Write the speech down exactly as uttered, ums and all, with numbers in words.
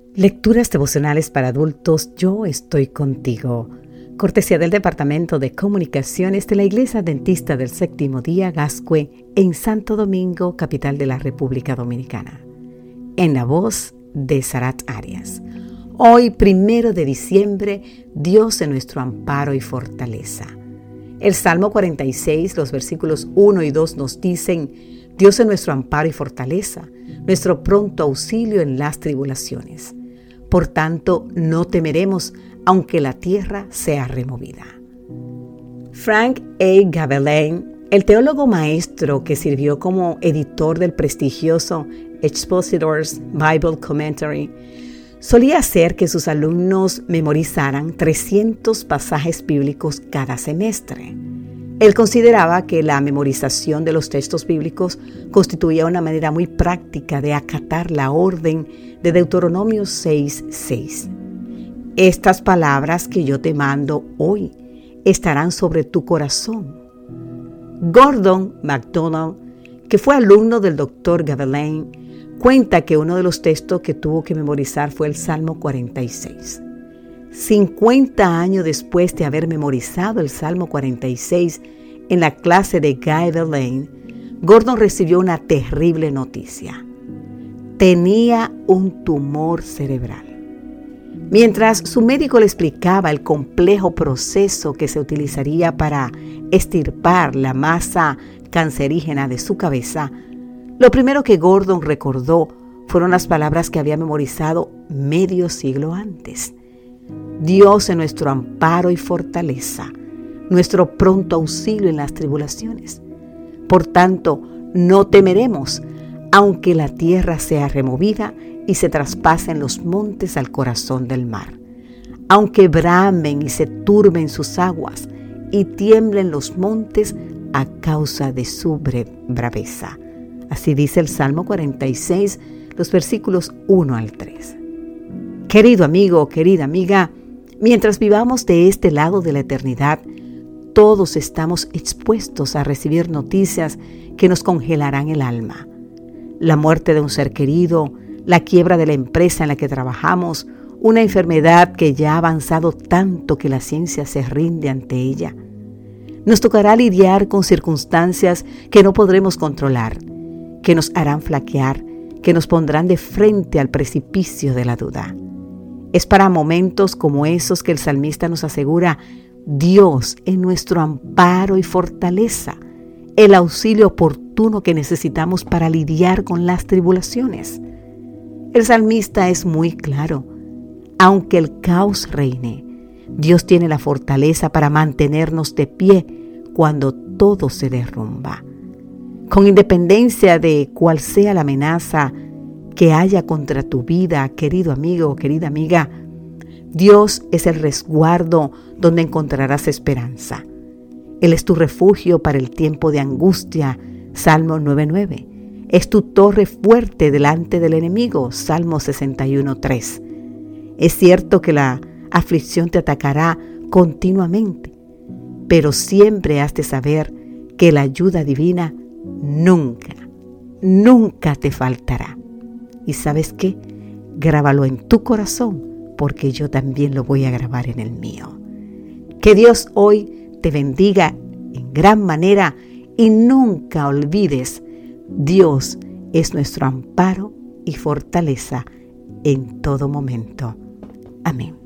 Lecturas devocionales para adultos, Yo estoy contigo. Cortesía del Departamento de Comunicaciones de la Iglesia Adventista del Séptimo Día Gascue en Santo Domingo, capital de la República Dominicana. En la voz de Sarat Arias. Hoy, primero de diciembre, Dios es nuestro amparo y fortaleza. El Salmo cuarenta y seis, los versículos uno y dos nos dicen: Dios es nuestro amparo y fortaleza, nuestro pronto auxilio en las tribulaciones. Por tanto, no temeremos, aunque la tierra sea removida. Frank A. Gavilan, el teólogo maestro que sirvió como editor del prestigioso Expositor's Bible Commentary, solía hacer que sus alumnos memorizaran trescientos pasajes bíblicos cada semestre. Él consideraba que la memorización de los textos bíblicos constituía una manera muy práctica de acatar la orden de Deuteronomio seis seis. Estas palabras que yo te mando hoy estarán sobre tu corazón. Gordon MacDonald, que fue alumno del doctor Gavilan, cuenta que uno de los textos que tuvo que memorizar fue el Salmo cuarenta y seis. cincuenta años después de haber memorizado el Salmo cuarenta y seis en la clase de Gavilan, Gordon recibió una terrible noticia. Tenía un tumor cerebral. Mientras su médico le explicaba el complejo proceso que se utilizaría para extirpar la masa cancerígena de su cabeza, lo primero que Gordon recordó fueron las palabras que había memorizado medio siglo antes. Dios es nuestro amparo y fortaleza, nuestro pronto auxilio en las tribulaciones. Por tanto, no temeremos, aunque la tierra sea removida y se traspasen los montes al corazón del mar, aunque bramen y se turben sus aguas y tiemblen los montes a causa de su braveza. Así dice el Salmo cuarenta y seis, los versículos uno al tres. Querido amigo, querida amiga, mientras vivamos de este lado de la eternidad, todos estamos expuestos a recibir noticias que nos congelarán el alma. La muerte de un ser querido, la quiebra de la empresa en la que trabajamos, una enfermedad que ya ha avanzado tanto que la ciencia se rinde ante ella. Nos tocará lidiar con circunstancias que no podremos controlar, que nos harán flaquear, que nos pondrán de frente al precipicio de la duda. Es para momentos como esos que el salmista nos asegura: Dios es nuestro amparo y fortaleza, el auxilio oportuno que necesitamos para lidiar con las tribulaciones. El salmista es muy claro: aunque el caos reine, Dios tiene la fortaleza para mantenernos de pie cuando todo se derrumba. Con independencia de cuál sea la amenaza que haya contra tu vida, querido amigo o querida amiga, Dios es el resguardo donde encontrarás esperanza. Él es tu refugio para el tiempo de angustia, Salmo nueve nueve. Es tu torre fuerte delante del enemigo, Salmo sesenta y uno tres. Es cierto que la aflicción te atacará continuamente, pero siempre has de saber que la ayuda divina nunca, nunca te faltará. ¿Y sabes qué? Grábalo en tu corazón, porque yo también lo voy a grabar en el mío. Que Dios hoy te bendiga en gran manera y nunca olvides: Dios es nuestro amparo y fortaleza en todo momento. Amén.